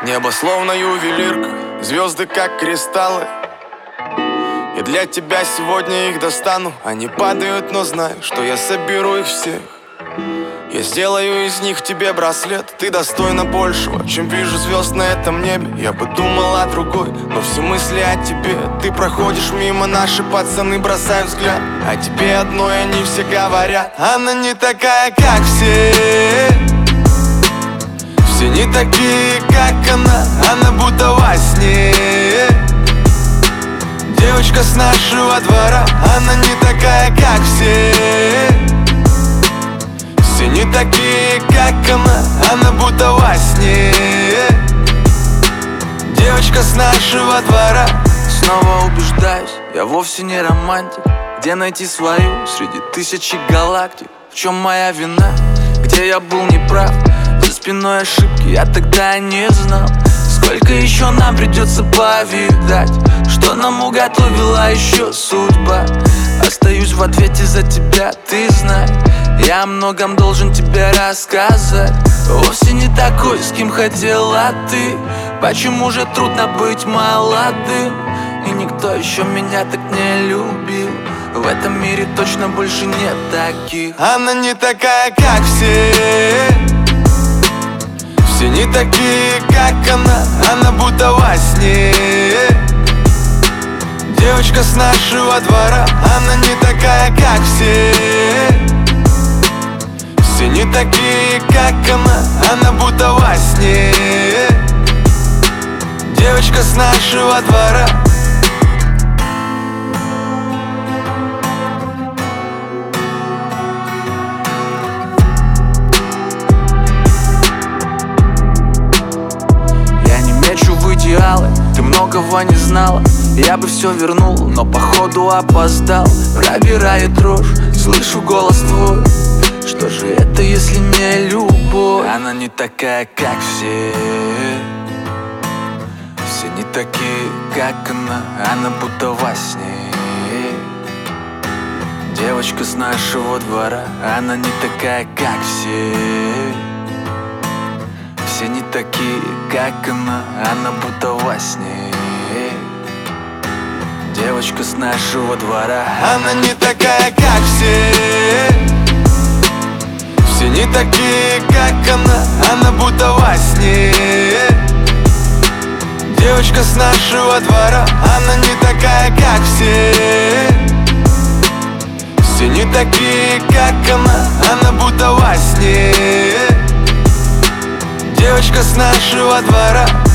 Небо словно ювелирка, звезды как кристаллы. И для тебя сегодня их достану. Они падают, но знай, что я соберу их всех. Я сделаю из них тебе браслет. Ты достойна большего, чем вижу звезд на этом небе. Я бы думал о другой, но все мысли о тебе. Ты проходишь мимо, наши пацаны бросают взгляд. О тебе одной они все говорят: она не такая, как все. Все не такие, как она будто во сне. Девочка с нашего двора, она не такая, как все. Все не такие, как она будто во сне. Девочка с нашего двора. Снова убеждаюсь, я вовсе не романтик. Где найти свою среди тысячи галактик? В чем моя вина? Где я был неправ? За спиной ошибки я тогда не знал. Сколько еще нам придется повидать, что нам уготовила еще судьба. Остаюсь в ответе за тебя, ты знай. Я о многом должен тебе рассказать. Вовсе не такой, с кем хотела ты. Почему же трудно быть молодым? И никто еще меня так не любил. В этом мире точно больше нет таких. Она не такая, как все. Все не такие, как она будто во сне. Девочка с нашего двора, она не такая, как все. Все не такие, как она будто во сне. Девочка с нашего двора. В идеалы, ты многого не знала. Я бы все вернул, но походу опоздал. Пробирает дрожь, слышу голос твой. Что же это, если не любовь? Она не такая, как все. Все не такие, как она будто во сне. Девочка с нашего двора, она не такая, как все. Все не такие, как она будто во сне. Девочка с нашего двора, она не такая, как все. Все не такие, как она будто во сне. Девочка с нашего двора, она не такая, как все. Все не такие, как она будто во сне. Девочка с нашего двора.